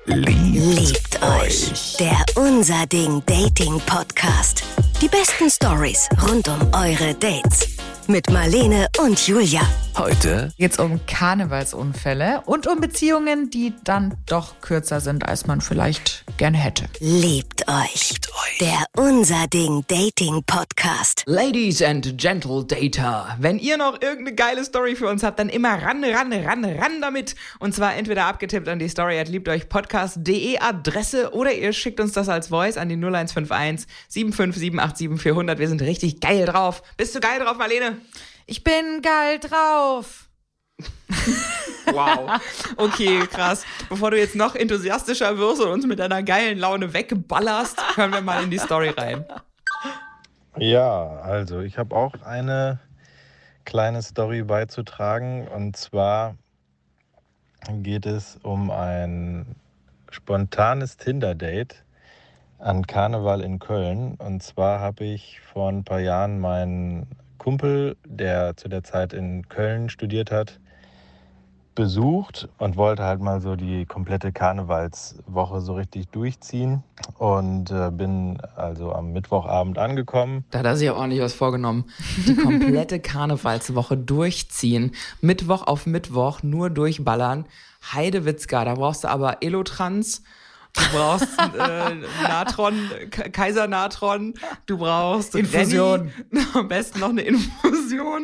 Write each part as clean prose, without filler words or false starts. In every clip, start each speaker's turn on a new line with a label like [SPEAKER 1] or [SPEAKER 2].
[SPEAKER 1] Liebt euch. Der Unser Ding Dating Podcast. Die besten Storys rund um eure Dates. Mit Marlene und Julia.
[SPEAKER 2] Heute
[SPEAKER 3] geht's um Karnevalsunfälle und um Beziehungen, die dann doch kürzer sind, als man vielleicht gerne hätte.
[SPEAKER 1] Liebt euch. Der Unser Ding Dating Podcast.
[SPEAKER 4] Ladies and Gentle Dater, wenn ihr noch irgendeine geile Story für uns habt, dann immer ran damit. Und zwar entweder abgetippt an die story@liebteuchpodcast.de Adresse oder ihr schickt uns das als Voice an die 0151 75787 400. Wir sind richtig geil drauf. Bist du geil drauf, Marlene?
[SPEAKER 3] Ich bin geil drauf.
[SPEAKER 4] Wow. Okay, krass. Bevor du jetzt noch enthusiastischer wirst und uns mit deiner geilen Laune wegballerst, hören wir mal in die Story rein.
[SPEAKER 5] Ja, also ich habe auch eine kleine Story beizutragen. Und zwar geht es um ein spontanes Tinder-Date an Karneval in Köln. Und zwar habe ich vor ein paar Jahren meinen Kumpel, der zu der Zeit in Köln studiert hat, besucht und wollte halt mal so die komplette Karnevalswoche so richtig durchziehen und bin also am Mittwochabend angekommen.
[SPEAKER 4] Da hat er sich auch ordentlich was vorgenommen. Die komplette Karnevalswoche durchziehen. Mittwoch auf Mittwoch nur durchballern. Heidewitzka, da brauchst du aber Elotrans. Du brauchst Natron, Kaisernatron, du brauchst
[SPEAKER 3] Infusion.
[SPEAKER 4] Renny, am besten noch eine Infusion.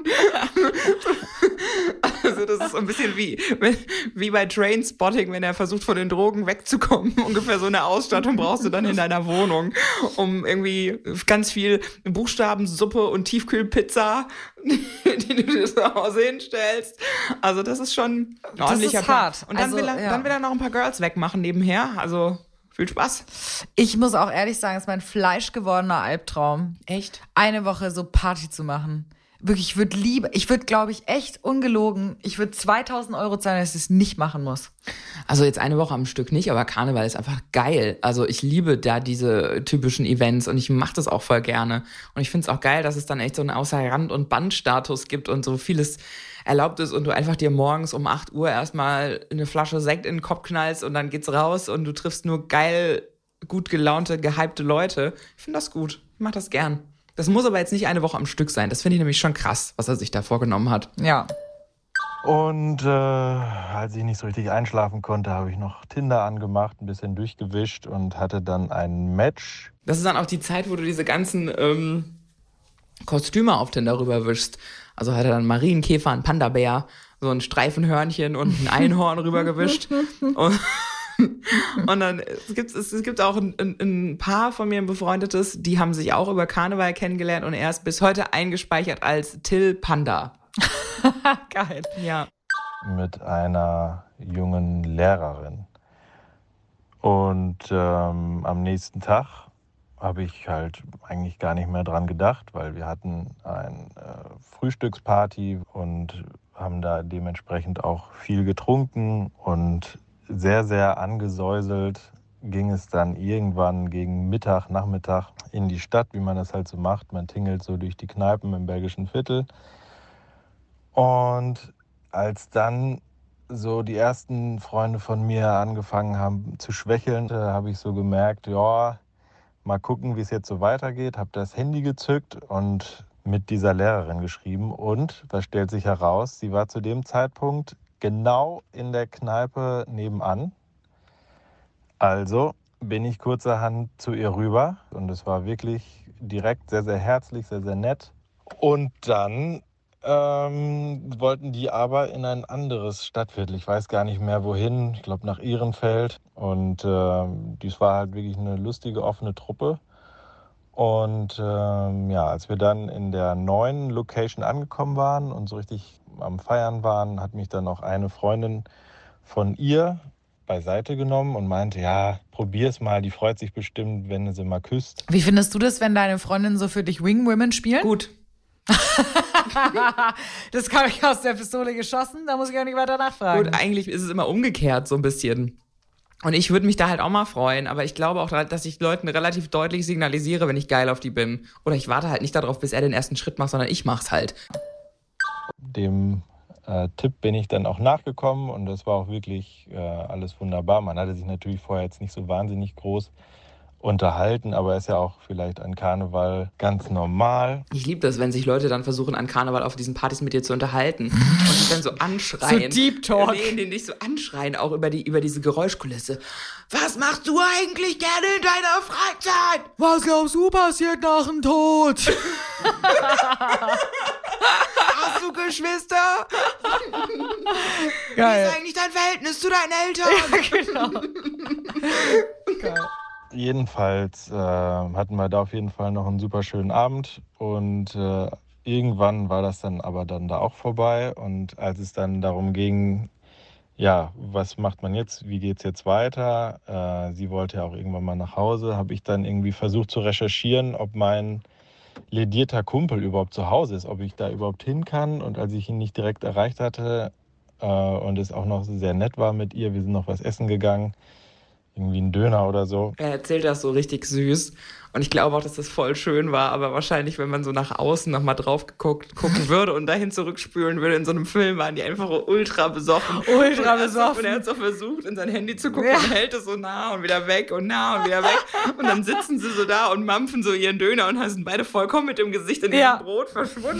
[SPEAKER 4] Also das ist so ein bisschen wie bei Trainspotting, wenn er versucht, von den Drogen wegzukommen. Ungefähr so eine Ausstattung brauchst du dann in deiner Wohnung, um irgendwie ganz viel Buchstabensuppe und Tiefkühlpizza, die du dir zu Hause hinstellst. Also das ist schon ein ordentlicher
[SPEAKER 3] ist hart.
[SPEAKER 4] Plan. Und dann,
[SPEAKER 3] Also,
[SPEAKER 4] dann will er noch ein paar Girls wegmachen nebenher. Also viel Spaß.
[SPEAKER 3] Ich muss auch ehrlich sagen, es ist mein fleischgewordener Albtraum.
[SPEAKER 4] Echt?
[SPEAKER 3] Eine Woche so Party zu machen. Wirklich, ich würde, glaube ich, echt ungelogen, ich würde 2.000 € zahlen, dass ich es nicht machen muss.
[SPEAKER 4] Also jetzt eine Woche am Stück nicht, aber Karneval ist einfach geil. Also ich liebe da diese typischen Events und ich mache das auch voll gerne. Und ich finde es auch geil, dass es dann echt so einen außer Rand- und Bandstatus gibt und so vieles erlaubt ist und du einfach dir morgens um 8 Uhr erstmal eine Flasche Sekt in den Kopf knallst und dann geht's raus und du triffst nur geil, gut gelaunte, gehypte Leute. Ich finde das gut. Ich mache das gern. Das muss aber jetzt nicht eine Woche am Stück sein. Das finde ich nämlich schon krass, was er sich da vorgenommen hat.
[SPEAKER 3] Ja.
[SPEAKER 5] Und als ich nicht so richtig einschlafen konnte, habe ich noch Tinder angemacht, ein bisschen durchgewischt und hatte dann ein Match.
[SPEAKER 4] Das ist dann auch die Zeit, wo du diese ganzen Kostüme auf Tinder rüberwischst. Also hat er dann Marienkäfer, einen Panda-Bär, so ein Streifenhörnchen und ein Einhorn rübergewischt. Und dann es gibt auch ein Paar von mir, ein befreundetes, die haben sich auch über Karneval kennengelernt und er ist bis heute eingespeichert als Till Panda.
[SPEAKER 3] Geil.
[SPEAKER 4] Ja.
[SPEAKER 5] Mit einer jungen Lehrerin. Und am nächsten Tag habe ich halt eigentlich gar nicht mehr dran gedacht, weil wir hatten eine Frühstücksparty und haben da dementsprechend auch viel getrunken und sehr, sehr angesäuselt ging es dann irgendwann gegen Nachmittag in die Stadt, wie man das halt so macht. Man tingelt so durch die Kneipen im Belgischen Viertel. Und als dann so die ersten Freunde von mir angefangen haben zu schwächeln, habe ich so gemerkt, ja, mal gucken, wie es jetzt so weitergeht. Habe das Handy gezückt und mit dieser Lehrerin geschrieben. Und, was stellt sich heraus, sie war zu dem Zeitpunkt genau in der Kneipe nebenan. Also bin ich kurzerhand zu ihr rüber und es war wirklich direkt sehr, sehr herzlich, sehr, sehr nett. Und dann wollten die aber in ein anderes Stadtviertel. Ich weiß gar nicht mehr wohin, ich glaube nach Ehrenfeld. Und dies war halt wirklich eine lustige, offene Truppe. Und als wir dann in der neuen Location angekommen waren und so richtig am Feiern waren, hat mich dann auch eine Freundin von ihr beiseite genommen und meinte, ja, probier's mal, die freut sich bestimmt, wenn du sie mal küsst.
[SPEAKER 3] Wie findest du das, wenn deine Freundinnen so für dich Wing-Women spielen?
[SPEAKER 4] Gut.
[SPEAKER 3] Das kam ich aus der Pistole geschossen, da muss ich auch nicht weiter nachfragen.
[SPEAKER 4] Gut, eigentlich ist es immer umgekehrt so ein bisschen. Und ich würde mich da halt auch mal freuen, aber ich glaube auch, dass ich Leuten relativ deutlich signalisiere, wenn ich geil auf die bin. Oder ich warte halt nicht darauf, bis er den ersten Schritt macht, sondern ich mach's halt.
[SPEAKER 5] Dem Tipp bin ich dann auch nachgekommen und das war auch wirklich alles wunderbar. Man hatte sich natürlich vorher jetzt nicht so wahnsinnig groß unterhalten, aber ist ja auch vielleicht an Karneval ganz normal.
[SPEAKER 4] Ich liebe das, wenn sich Leute dann versuchen, an Karneval auf diesen Partys mit dir zu unterhalten und dich dann so anschreien.
[SPEAKER 3] So Deep Talk.
[SPEAKER 4] Nee, dich so anschreien, auch über diese Geräuschkulisse. Was machst du eigentlich gerne in deiner Freizeit?
[SPEAKER 3] Was glaubst du passiert nach dem Tod?
[SPEAKER 4] Hast du Geschwister?
[SPEAKER 3] Geil.
[SPEAKER 4] Wie ist eigentlich dein Verhältnis zu deinen Eltern?
[SPEAKER 3] Genau. Geil.
[SPEAKER 5] Jedenfalls hatten wir da auf jeden Fall noch einen super schönen Abend und irgendwann war das dann aber dann da auch vorbei und als es dann darum ging, ja, was macht man jetzt, wie geht's jetzt weiter, sie wollte ja auch irgendwann mal nach Hause, habe ich dann irgendwie versucht zu recherchieren, ob mein ledierter Kumpel überhaupt zu Hause ist, ob ich da überhaupt hin kann und als ich ihn nicht direkt erreicht hatte und es auch noch sehr nett war mit ihr, wir sind noch was essen gegangen, irgendwie ein Döner oder so.
[SPEAKER 4] Er erzählt das so richtig süß und ich glaube auch, dass das voll schön war, aber wahrscheinlich, wenn man so nach außen nochmal drauf gucken würde und dahin zurückspülen würde, in so einem Film waren die einfach ultra besoffen.
[SPEAKER 3] Ultra besoffen.
[SPEAKER 4] Und er hat so versucht, in sein Handy zu gucken und hält es so nah und wieder weg und nah und wieder weg. Und dann sitzen sie so da und mampfen so ihren Döner und sind beide vollkommen mit dem Gesicht in ihrem Brot verschwunden.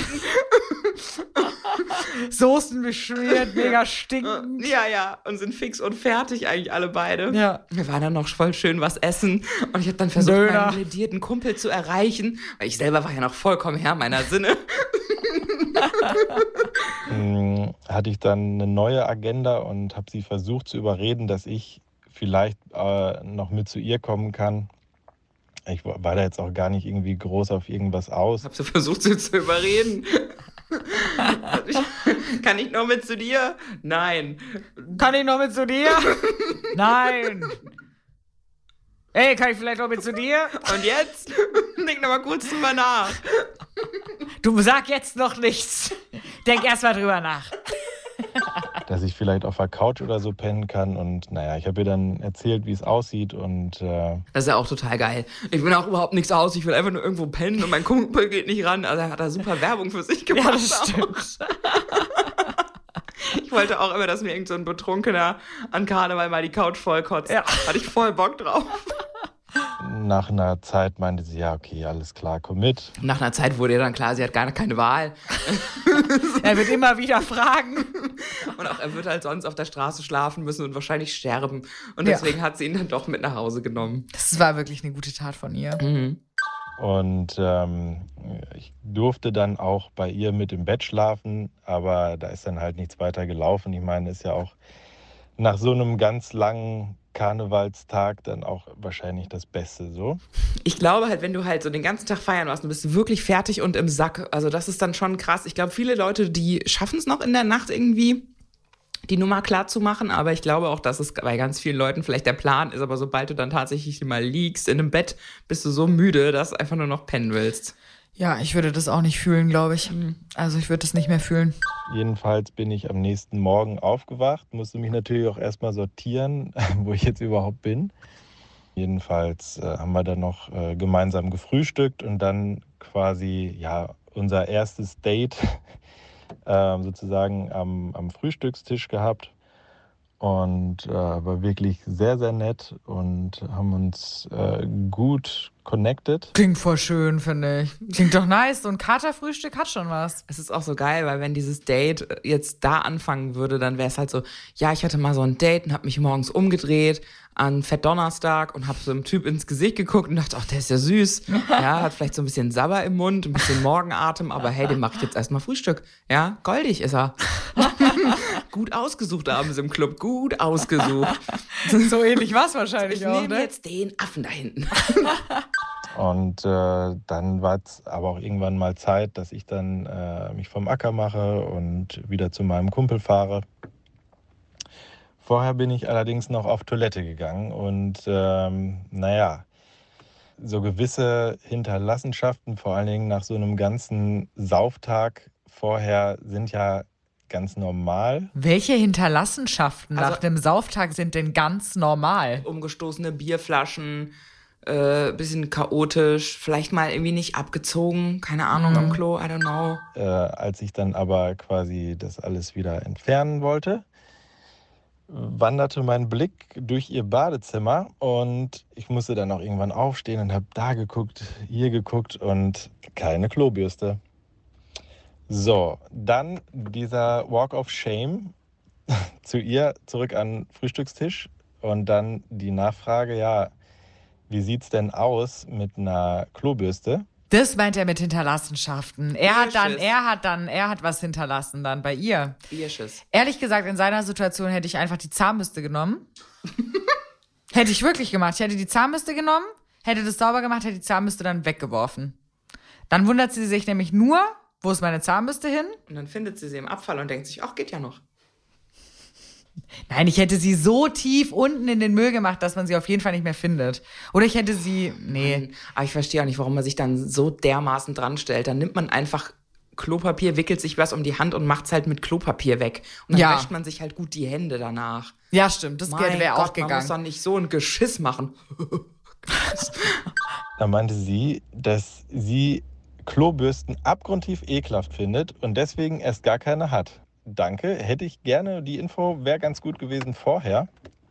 [SPEAKER 3] Soßen beschmiert, mega stinkend.
[SPEAKER 4] Ja, und sind fix und fertig eigentlich alle beide.
[SPEAKER 3] Ja.
[SPEAKER 4] Wir waren dann noch voll schön was essen und ich habe dann versucht, meinen ledierten Kumpel zu erreichen, weil ich selber war ja noch vollkommen Herr meiner Sinne.
[SPEAKER 5] Hatte ich dann eine neue Agenda und habe sie versucht zu überreden, dass ich vielleicht noch mit zu ihr kommen kann. Ich war da jetzt auch gar nicht irgendwie groß auf irgendwas aus.
[SPEAKER 4] Hab sie versucht, sie zu überreden. Kann ich noch mit zu dir? Nein.
[SPEAKER 3] Kann ich noch mit zu dir? Nein. Ey, kann ich vielleicht noch mit zu dir?
[SPEAKER 4] Und jetzt? Denk noch mal kurz drüber nach.
[SPEAKER 3] Du sag jetzt noch nichts. Denk erst mal drüber nach.
[SPEAKER 5] Dass ich vielleicht auf der Couch oder so pennen kann. Und naja, ich habe ihr dann erzählt, wie es aussieht. Und
[SPEAKER 4] das ist ja auch total geil. Ich will auch überhaupt nichts aus. Ich will einfach nur irgendwo pennen und mein Kumpel geht nicht ran. Also er hat da super Werbung für sich gemacht.
[SPEAKER 3] Ja, das stimmt.
[SPEAKER 4] Ich wollte auch immer, dass mir irgend so ein Betrunkener an Karneval mal die Couch vollkotzt.
[SPEAKER 3] Ja.
[SPEAKER 4] Hatte ich voll Bock drauf.
[SPEAKER 5] Nach einer Zeit meinte sie, ja, okay, alles klar, komm mit.
[SPEAKER 4] Nach einer Zeit wurde ihr dann klar, sie hat gar keine Wahl.
[SPEAKER 3] Er wird immer wieder fragen.
[SPEAKER 4] Und auch er wird halt sonst auf der Straße schlafen müssen und wahrscheinlich sterben. Und deswegen hat sie ihn dann doch mit nach Hause genommen.
[SPEAKER 3] Das war wirklich eine gute Tat von ihr.
[SPEAKER 4] Mhm.
[SPEAKER 5] Und ich durfte dann auch bei ihr mit im Bett schlafen, aber da ist dann halt nichts weiter gelaufen. Ich meine, ist ja auch nach so einem ganz langen Karnevalstag dann auch wahrscheinlich das Beste so.
[SPEAKER 4] Ich glaube halt, wenn du halt so den ganzen Tag feiern warst und bist wirklich fertig und im Sack, also das ist dann schon krass. Ich glaube, viele Leute, die schaffen es noch in der Nacht irgendwie, die Nummer klar zu machen, aber ich glaube auch, dass es bei ganz vielen Leuten vielleicht der Plan ist, aber sobald du dann tatsächlich mal liegst in einem Bett, bist du so müde, dass du einfach nur noch pennen willst.
[SPEAKER 3] Ja, ich würde das auch nicht fühlen, glaube ich. Also ich würde das nicht mehr fühlen.
[SPEAKER 5] Jedenfalls bin ich am nächsten Morgen aufgewacht, musste mich natürlich auch erstmal sortieren, wo ich jetzt überhaupt bin. Jedenfalls haben wir dann noch gemeinsam gefrühstückt und dann quasi ja unser erstes Date sozusagen am Frühstückstisch gehabt. Und war wirklich sehr, sehr nett und haben uns gut connected.
[SPEAKER 3] Klingt voll schön, finde ich. Klingt doch nice. So ein Katerfrühstück hat schon was.
[SPEAKER 4] Es ist auch so geil, weil wenn dieses Date jetzt da anfangen würde, dann wäre es halt so, ja, ich hatte mal so ein Date und habe mich morgens umgedreht an Fettdonnerstag und habe so einem Typ ins Gesicht geguckt und dachte, ach, der ist ja süß. Ja, hat vielleicht so ein bisschen Sabber im Mund, ein bisschen Morgenatem, aber hey, dem mache ich jetzt erstmal Frühstück. Ja, goldig ist er. Gut ausgesucht abends im Club, gut ausgesucht.
[SPEAKER 3] So ähnlich war es wahrscheinlich
[SPEAKER 4] Ich
[SPEAKER 3] auch,
[SPEAKER 4] nehme
[SPEAKER 3] ne?
[SPEAKER 4] jetzt den Affen da hinten.
[SPEAKER 5] Und dann war es aber auch irgendwann mal Zeit, dass ich dann mich vom Acker mache und wieder zu meinem Kumpel fahre. Vorher bin ich allerdings noch auf Toilette gegangen und naja, so gewisse Hinterlassenschaften, vor allen Dingen nach so einem ganzen Sauftag vorher, sind ja ganz normal.
[SPEAKER 3] Welche Hinterlassenschaften
[SPEAKER 4] Also-
[SPEAKER 3] nach dem Sauftag sind denn ganz normal?
[SPEAKER 4] Umgestoßene Bierflaschen, bisschen chaotisch, vielleicht mal irgendwie nicht abgezogen, keine Ahnung, am Klo, I don't know.
[SPEAKER 5] Als ich dann aber quasi das alles wieder entfernen wollte, wanderte mein Blick durch ihr Badezimmer und ich musste dann auch irgendwann aufstehen und habe da geguckt, hier geguckt und keine Klobürste. So, dann dieser Walk of Shame zu ihr, zurück an den Frühstückstisch und dann die Nachfrage, ja, wie sieht's denn aus mit einer Klobürste?
[SPEAKER 3] Das meint er mit Hinterlassenschaften. Er hat was hinterlassen dann bei ihr.
[SPEAKER 4] Bierschiss.
[SPEAKER 3] Ehrlich gesagt, in seiner Situation hätte ich einfach die Zahnbürste genommen. Hätte ich wirklich gemacht. Ich hätte die Zahnbürste genommen, hätte das sauber gemacht, hätte die Zahnbürste dann weggeworfen. Dann wundert sie sich nämlich nur, wo ist meine Zahnbürste hin?
[SPEAKER 4] Und dann findet sie im Abfall und denkt sich, ach, geht ja noch.
[SPEAKER 3] Nein, ich hätte sie so tief unten in den Müll gemacht, dass man sie auf jeden Fall nicht mehr findet. Oder ich hätte sie, nee.
[SPEAKER 4] Aber ich verstehe auch nicht, warum man sich dann so dermaßen dran stellt. Dann nimmt man einfach Klopapier, wickelt sich was um die Hand und macht's halt mit Klopapier weg. Und dann wäscht man sich halt gut die Hände danach.
[SPEAKER 3] Ja, stimmt, das wäre auch gegangen.
[SPEAKER 4] Man muss dann nicht so ein Geschiss machen.
[SPEAKER 5] Da meinte sie, dass sie Klobürsten abgrundtief ekelhaft findet und deswegen erst gar keine hat. Danke, hätte ich gerne. Die Info wäre ganz gut gewesen vorher.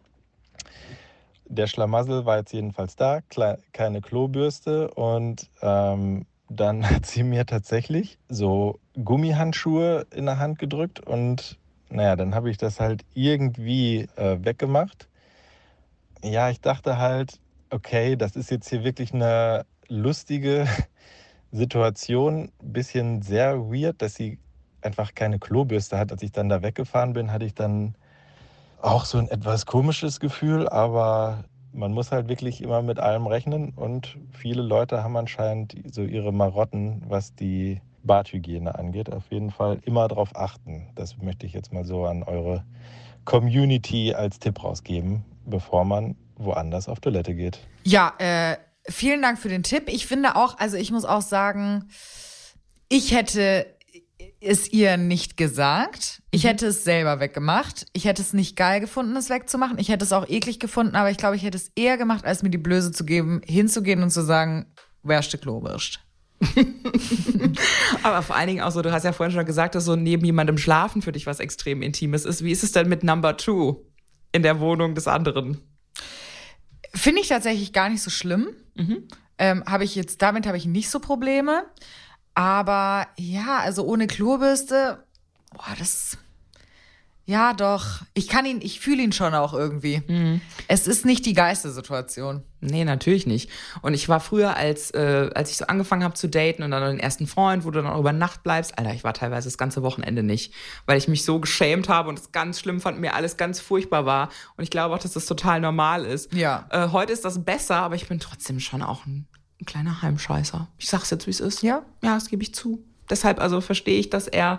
[SPEAKER 5] Der Schlamassel war jetzt jedenfalls da, keine Klobürste und dann hat sie mir tatsächlich so Gummihandschuhe in der Hand gedrückt und naja, dann habe ich das halt irgendwie weggemacht. Ja, ich dachte halt, okay, das ist jetzt hier wirklich eine lustige Situation, bisschen sehr weird, dass sie einfach keine Klobürste hat. Als ich dann da weggefahren bin, hatte ich dann auch so ein etwas komisches Gefühl, aber man muss halt wirklich immer mit allem rechnen und viele Leute haben anscheinend so ihre Marotten, was die Badhygiene angeht. Auf jeden Fall immer darauf achten. Das möchte ich jetzt mal so an eure Community als Tipp rausgeben, bevor man woanders auf Toilette geht.
[SPEAKER 3] Ja, vielen Dank für den Tipp. Ich finde auch, also ich muss auch sagen, ich hätte es ihr nicht gesagt. Ich hätte es selber weggemacht. Ich hätte es nicht geil gefunden, es wegzumachen. Ich hätte es auch eklig gefunden, aber ich glaube, ich hätte es eher gemacht, als mir die Blöße zu geben, hinzugehen und zu sagen, wärste Klobürst.
[SPEAKER 4] Aber vor allen Dingen auch so, du hast ja vorhin schon gesagt, dass so neben jemandem schlafen für dich was extrem Intimes ist. Wie ist es denn mit Number 2 in der Wohnung des anderen?
[SPEAKER 3] Finde ich tatsächlich gar nicht so schlimm. Damit habe ich nicht so Probleme. Aber ja, also ohne Klobürste, ja doch. Ich fühle ihn schon auch irgendwie. Es ist nicht die geilste Situation.
[SPEAKER 4] Nee, natürlich nicht. Und ich war früher, als ich so angefangen habe zu daten und dann den ersten Freund, wo du dann auch über Nacht bleibst, Alter, ich war teilweise das ganze Wochenende nicht, weil ich mich so geschämt habe und es ganz schlimm fand, mir alles ganz furchtbar war. Und ich glaube auch, dass das total normal ist.
[SPEAKER 3] Ja.
[SPEAKER 4] Heute ist das besser, aber ich bin trotzdem schon auch ein kleiner Heimscheißer. Ich sag's jetzt, wie es ist.
[SPEAKER 3] Ja?
[SPEAKER 4] Ja, das gebe ich zu. Deshalb also verstehe ich, dass er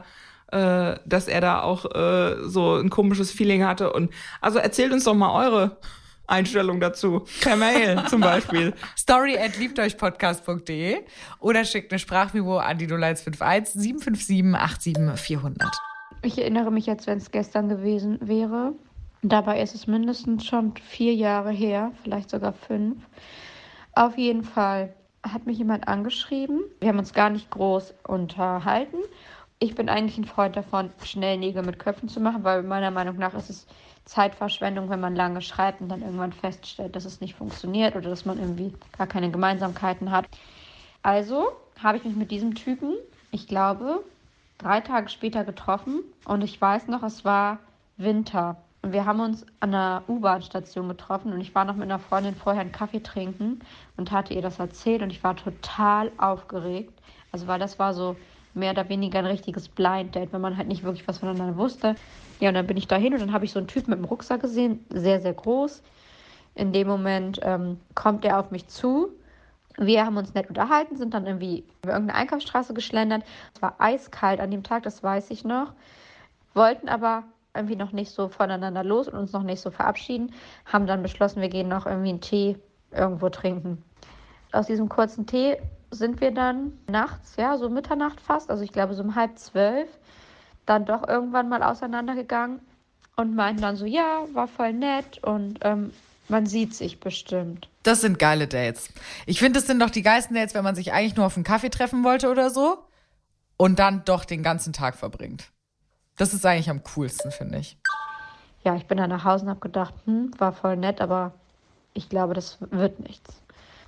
[SPEAKER 4] da auch so ein komisches Feeling hatte. Und also erzählt uns doch mal eure Einstellung dazu. Per Mail zum Beispiel.
[SPEAKER 3] story@liebteuchpodcast.de oder schickt eine Sprachmemo an die 0151 757 87 400.
[SPEAKER 2] Ich erinnere mich, als wenn es gestern gewesen wäre. Dabei ist es mindestens schon 4 Jahre her, vielleicht sogar 5. Auf jeden Fall hat mich jemand angeschrieben. Wir haben uns gar nicht groß unterhalten. Ich bin eigentlich ein Freund davon, schnell Nägel mit Köpfen zu machen, weil meiner Meinung nach ist es Zeitverschwendung, wenn man lange schreibt und dann irgendwann feststellt, dass es nicht funktioniert oder dass man irgendwie gar keine Gemeinsamkeiten hat. Also habe ich mich mit diesem Typen, ich glaube, 3 Tage später getroffen und ich weiß noch, es war Winter. Und wir haben uns an einer U-Bahn-Station getroffen und ich war noch mit einer Freundin vorher einen Kaffee trinken und hatte ihr das erzählt und ich war total aufgeregt. Also weil das war so mehr oder weniger ein richtiges Blind Date, wenn man halt nicht wirklich was voneinander wusste. Ja, und dann bin ich dahin und dann habe ich so einen Typen mit einem Rucksack gesehen, sehr, sehr groß. In dem Moment kommt er auf mich zu. Wir haben uns nett unterhalten, sind dann irgendwie über irgendeine Einkaufsstraße geschlendert. Es war eiskalt an dem Tag, das weiß ich noch. Wollten aber irgendwie noch nicht so voneinander los und uns noch nicht so verabschieden. Haben dann beschlossen, wir gehen noch irgendwie einen Tee irgendwo trinken. Aus diesem kurzen Tee sind wir dann nachts, ja, so Mitternacht fast, also ich glaube so um 11:30, dann doch irgendwann mal auseinandergegangen und meinten dann so, ja, war voll nett und Man sieht sich bestimmt.
[SPEAKER 3] Das sind geile Dates. Ich finde, das sind doch die geilsten Dates, wenn man sich eigentlich nur auf einen Kaffee treffen wollte oder so und dann doch den ganzen Tag verbringt. Das ist eigentlich am coolsten, finde ich.
[SPEAKER 2] Ja, ich bin dann nach Hause und habe gedacht, war voll nett, aber ich glaube, das wird nichts.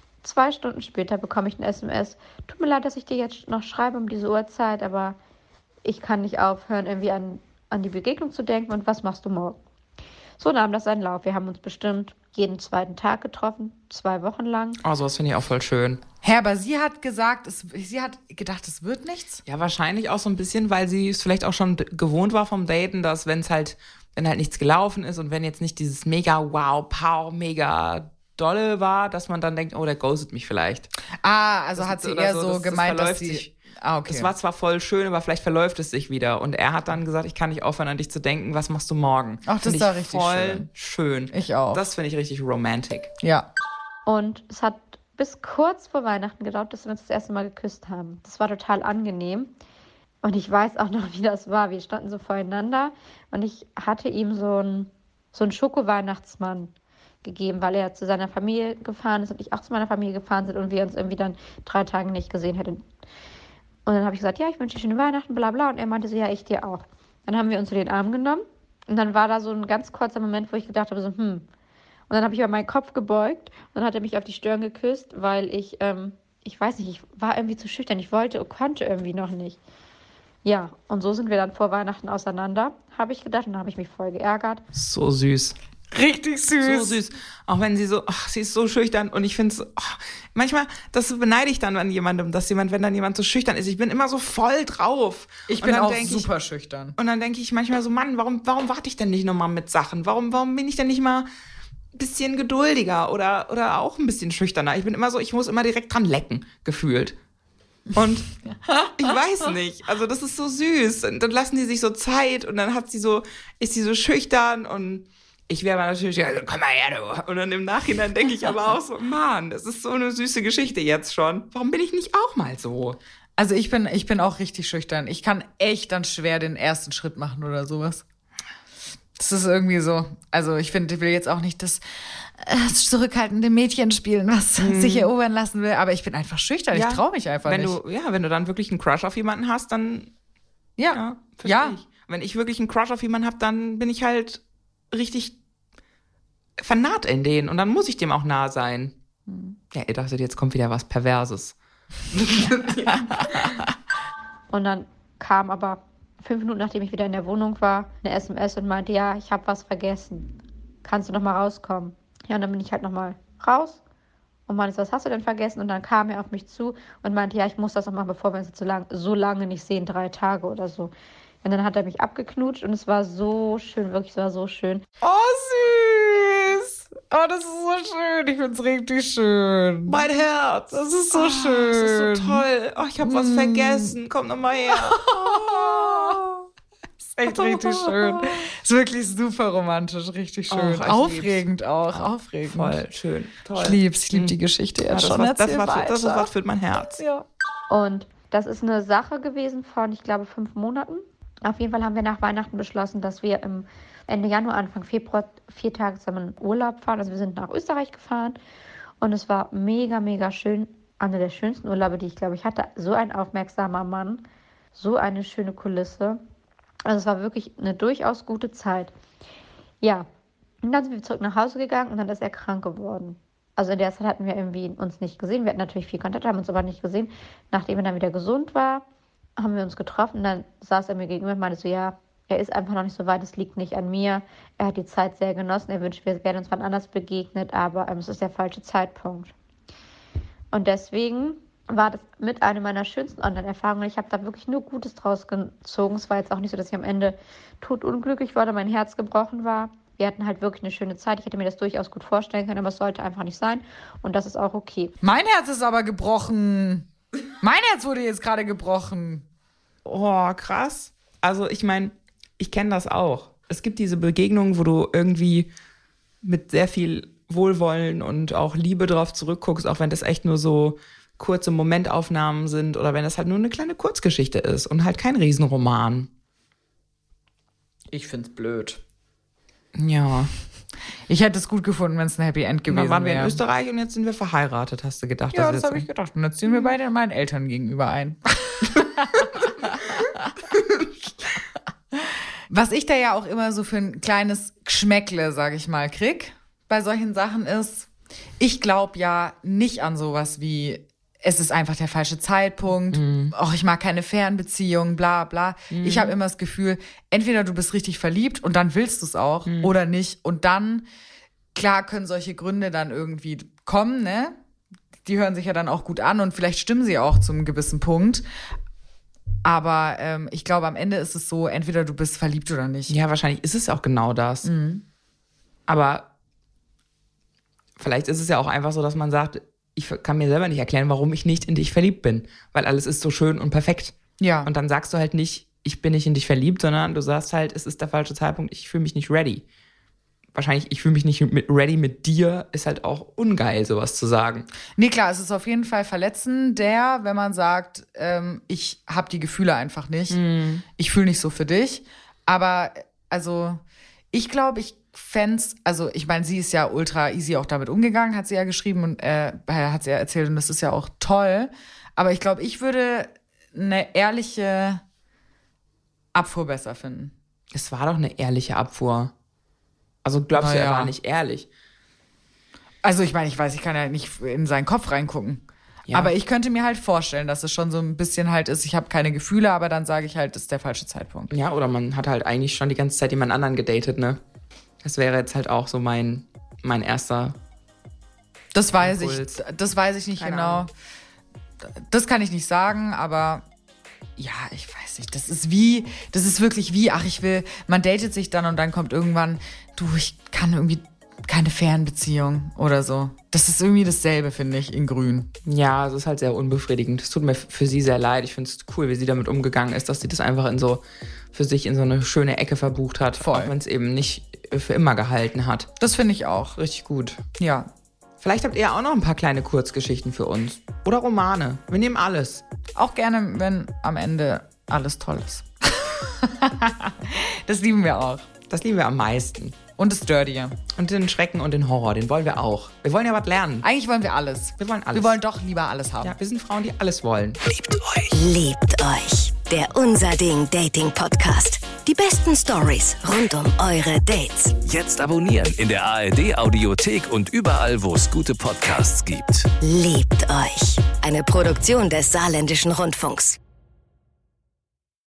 [SPEAKER 2] 2 Stunden später bekomme ich ein SMS. Tut mir leid, dass ich dir jetzt noch schreibe um diese Uhrzeit, aber ich kann nicht aufhören, irgendwie an die Begegnung zu denken. Und was machst du morgen? So nahm das seinen Lauf. Wir haben uns bestimmt jeden 2. Tag getroffen, 2 Wochen lang.
[SPEAKER 4] Oh, sowas finde ich auch voll schön.
[SPEAKER 3] Hä, aber sie hat gesagt, sie hat gedacht, es wird nichts?
[SPEAKER 4] Ja, wahrscheinlich auch so ein bisschen, weil sie es vielleicht auch schon gewohnt war vom Daten, dass wenn halt nichts gelaufen ist und wenn jetzt nicht dieses mega wow, pow, mega dolle war, dass man dann denkt, oh, der ghostet mich vielleicht.
[SPEAKER 3] Ah, also
[SPEAKER 4] Das
[SPEAKER 3] hat sie
[SPEAKER 4] oder
[SPEAKER 3] eher
[SPEAKER 4] so,
[SPEAKER 3] so
[SPEAKER 4] das
[SPEAKER 3] gemeint, dass
[SPEAKER 4] verläuft
[SPEAKER 3] sie...
[SPEAKER 4] sich.
[SPEAKER 3] Ah, okay.
[SPEAKER 4] Es war zwar voll schön, aber vielleicht verläuft es sich wieder. Und er hat dann gesagt, ich kann nicht aufhören, an dich zu denken. Was machst du morgen?
[SPEAKER 3] Ach, das
[SPEAKER 4] Find
[SPEAKER 3] war
[SPEAKER 4] ich
[SPEAKER 3] richtig
[SPEAKER 4] voll schön.
[SPEAKER 3] Ich auch.
[SPEAKER 4] Das finde ich richtig romantic.
[SPEAKER 3] Ja.
[SPEAKER 2] Und es hat bis kurz vor Weihnachten gedauert, dass wir uns das erste Mal geküsst haben. Das war total angenehm. Und ich weiß auch noch, wie das war. Wir standen so voreinander und ich hatte ihm so einen Schoko-Weihnachtsmann gegeben, weil er zu seiner Familie gefahren ist und ich auch zu meiner Familie gefahren sind und wir uns irgendwie dann 3 Tage nicht gesehen hätten. Und dann habe ich gesagt, ja, ich wünsche dir schöne Weihnachten, bla bla. Und er meinte so, ja, ich dir auch. Dann haben wir uns so den Arm genommen und dann war da so ein ganz kurzer Moment, wo ich gedacht habe, so, Und dann habe ich über meinen Kopf gebeugt und dann hat er mich auf die Stirn geküsst, weil ich weiß nicht, ich war irgendwie zu schüchtern. Ich wollte und konnte irgendwie noch nicht. Ja, und so sind wir dann vor Weihnachten auseinander, habe ich gedacht. Und dann habe ich mich voll geärgert.
[SPEAKER 4] So süß.
[SPEAKER 3] Richtig süß.
[SPEAKER 4] So süß. Auch wenn sie sie ist so schüchtern und ich finde es, manchmal, das beneide ich dann an jemandem, wenn dann jemand so schüchtern ist. Ich bin immer so voll drauf.
[SPEAKER 3] Ich bin auch super schüchtern.
[SPEAKER 4] Und dann denke ich manchmal so, Mann, warum warte ich denn nicht nochmal mit Sachen? Warum bin ich denn nicht mal ein bisschen geduldiger oder auch ein bisschen schüchterner? Ich bin immer so, ich muss immer direkt dran lecken, gefühlt. Und ich weiß nicht, also das ist so süß. Und dann lassen die sich so Zeit und dann ist sie so schüchtern und ich wäre natürlich, also komm mal her, du. Und dann im Nachhinein denke ich aber auch so, Mann, das ist so eine süße Geschichte jetzt schon. Warum bin ich nicht auch mal so?
[SPEAKER 3] Also ich bin auch richtig schüchtern. Ich kann echt dann schwer den ersten Schritt machen oder sowas. Das ist irgendwie so. Also ich will jetzt auch nicht das zurückhaltende Mädchen spielen, was sich erobern lassen will. Aber ich bin einfach schüchtern.
[SPEAKER 4] Ja,
[SPEAKER 3] ich traue mich einfach nicht.
[SPEAKER 4] Wenn du dann wirklich einen Crush auf jemanden hast, dann verstehe ich. Wenn ich wirklich einen Crush auf jemanden habe, dann bin ich halt richtig vernarrt in den und dann muss ich dem auch nah sein. Ja, ihr dachtet, jetzt kommt wieder was Perverses.
[SPEAKER 2] Und dann kam aber 5 Minuten, nachdem ich wieder in der Wohnung war, eine SMS und meinte, ja, ich habe was vergessen. Kannst du noch mal rauskommen? Ja, und dann bin ich halt noch mal raus und meinte, was hast du denn vergessen? Und dann kam er auf mich zu und meinte, ja, ich muss das noch machen, bevor wir uns jetzt so lange nicht sehen, 3 Tage oder so. Und dann hat er mich abgeknutscht und es war so schön, wirklich, es war so schön.
[SPEAKER 3] Oh, süß. Oh, das ist so schön. Ich find's richtig schön.
[SPEAKER 4] Mein Herz.
[SPEAKER 3] Das ist so schön.
[SPEAKER 4] Das ist so toll. Oh, ich habe was vergessen. Komm noch mal her.
[SPEAKER 3] Das ist echt richtig schön. Ist wirklich super romantisch, richtig schön. Aufregend auch, aufregend.
[SPEAKER 4] Voll schön, toll.
[SPEAKER 3] Ich liebe die Geschichte jetzt schon.
[SPEAKER 4] Das ist was für mein Herz.
[SPEAKER 3] Ja.
[SPEAKER 2] Und das ist eine Sache gewesen von, ich glaube, 5 Monaten. Auf jeden Fall haben wir nach Weihnachten beschlossen, dass wir im Ende Januar, Anfang Februar 4 Tage zusammen in Urlaub fahren. Also wir sind nach Österreich gefahren und es war mega, mega schön. Einer der schönsten Urlaube, die ich, glaube ich, hatte. So ein aufmerksamer Mann, so eine schöne Kulisse. Also es war wirklich eine durchaus gute Zeit. Ja, und dann sind wir zurück nach Hause gegangen und dann ist er krank geworden. Also in der Zeit hatten wir irgendwie uns nicht gesehen. Wir hatten natürlich viel Kontakt, haben uns aber nicht gesehen. Nachdem er dann wieder gesund war, haben wir uns getroffen. Dann saß er mir gegenüber und meinte so, ja, er ist einfach noch nicht so weit, es liegt nicht an mir. Er hat die Zeit sehr genossen. Er wünscht, wir wären uns wann anders begegnet, aber es ist der falsche Zeitpunkt. Und deswegen war das mit einer meiner schönsten Online-Erfahrungen. Ich habe da wirklich nur Gutes draus gezogen. Es war jetzt auch nicht so, dass ich am Ende totunglücklich war oder mein Herz gebrochen war. Wir hatten halt wirklich eine schöne Zeit. Ich hätte mir das durchaus gut vorstellen können, aber es sollte einfach nicht sein. Und das ist auch okay.
[SPEAKER 3] Mein Herz ist aber gebrochen. Mein Herz wurde jetzt gerade gebrochen.
[SPEAKER 4] Oh, krass. Also ich meine, ich kenne das auch. Es gibt diese Begegnungen, wo du irgendwie mit sehr viel Wohlwollen und auch Liebe drauf zurückguckst, auch wenn das echt nur so kurze Momentaufnahmen sind oder wenn das halt nur eine kleine Kurzgeschichte ist und halt kein Riesenroman.
[SPEAKER 3] Ich find's blöd.
[SPEAKER 4] Ja.
[SPEAKER 3] Ich hätte es gut gefunden, wenn es ein Happy End gewesen wäre.
[SPEAKER 4] Dann waren wir in Österreich und jetzt sind wir verheiratet, hast du gedacht?
[SPEAKER 3] Ja, das habe ich gedacht. Und jetzt ziehen wir beide meinen Eltern gegenüber ein. Was ich da ja auch immer so für ein kleines Geschmäckle, sage ich mal, krieg bei solchen Sachen ist, ich glaube ja nicht an sowas wie, es ist einfach der falsche Zeitpunkt, ich mag keine Fernbeziehung, bla bla. Ich habe immer das Gefühl, entweder du bist richtig verliebt und dann willst du es auch oder nicht. Und dann, klar können solche Gründe dann irgendwie kommen, ne? Die hören sich ja dann auch gut an und vielleicht stimmen sie auch zum gewissen Punkt. Aber ich glaube, am Ende ist es so, entweder du bist verliebt oder nicht.
[SPEAKER 4] Ja, wahrscheinlich ist es auch genau das. Aber vielleicht ist es ja auch einfach so, dass man sagt, ich kann mir selber nicht erklären, warum ich nicht in dich verliebt bin. Weil alles ist so schön und perfekt.
[SPEAKER 3] Ja.
[SPEAKER 4] Und dann sagst du halt nicht, ich bin nicht in dich verliebt, sondern du sagst halt, es ist der falsche Zeitpunkt, ich fühle mich nicht ready. Wahrscheinlich, ich fühle mich nicht ready mit dir, ist halt auch ungeil, sowas zu sagen.
[SPEAKER 3] Nee, klar, es ist auf jeden Fall verletzender, wenn man sagt, ich habe die Gefühle einfach nicht. Ich fühle nicht so für dich. Aber, also, ich glaube, ich fänd's, also, ich meine, sie ist ja ultra easy auch damit umgegangen, hat sie ja geschrieben und hat sie ja erzählt und das ist ja auch toll. Aber ich glaube, ich würde eine ehrliche Abfuhr besser finden.
[SPEAKER 4] Es war doch eine ehrliche Abfuhr. Also glaubst du, er war nicht ehrlich?
[SPEAKER 3] Also ich meine, ich weiß, ich kann ja nicht in seinen Kopf reingucken. Ja. Aber ich könnte mir halt vorstellen, dass es schon so ein bisschen halt ist, ich habe keine Gefühle, aber dann sage ich halt, das ist der falsche Zeitpunkt.
[SPEAKER 4] Ja, oder man hat halt eigentlich schon die ganze Zeit jemand anderen gedatet, ne? Das wäre jetzt halt auch so mein erster
[SPEAKER 3] Das weiß
[SPEAKER 4] Impuls.
[SPEAKER 3] das weiß ich nicht
[SPEAKER 4] Keine
[SPEAKER 3] genau.
[SPEAKER 4] Ahnung.
[SPEAKER 3] Das kann ich nicht sagen, aber ja, ich weiß nicht. Das ist wirklich wie, man datet sich dann und dann kommt irgendwann, ich kann irgendwie keine Fernbeziehung oder so. Das ist irgendwie dasselbe, finde ich, in grün.
[SPEAKER 4] Ja, es ist halt sehr unbefriedigend. Es tut mir für sie sehr leid. Ich finde es cool, wie sie damit umgegangen ist, dass sie das einfach für sich in so eine schöne Ecke verbucht hat.
[SPEAKER 3] Voll.
[SPEAKER 4] Auch wenn es eben nicht für immer gehalten hat.
[SPEAKER 3] Das finde ich auch.
[SPEAKER 4] Richtig gut.
[SPEAKER 3] Ja.
[SPEAKER 4] Vielleicht habt ihr auch noch ein paar kleine Kurzgeschichten für uns. Oder Romane. Wir nehmen alles.
[SPEAKER 3] Auch gerne, wenn am Ende alles toll ist. Das lieben wir auch.
[SPEAKER 4] Das lieben wir am meisten.
[SPEAKER 3] Und das Dirtige.
[SPEAKER 4] Und den Schrecken und den Horror, den wollen wir auch. Wir wollen ja was lernen.
[SPEAKER 3] Eigentlich wollen wir alles.
[SPEAKER 4] Wir wollen alles.
[SPEAKER 3] Wir wollen doch lieber alles haben.
[SPEAKER 4] Ja, wir sind Frauen, die alles wollen.
[SPEAKER 1] Liebt euch. Liebt euch. Der Unser Ding Dating Podcast. Die besten Stories rund um eure Dates.
[SPEAKER 6] Jetzt abonnieren in der ARD Audiothek und überall, wo es gute Podcasts gibt.
[SPEAKER 1] Liebt euch. Eine Produktion des Saarländischen Rundfunks.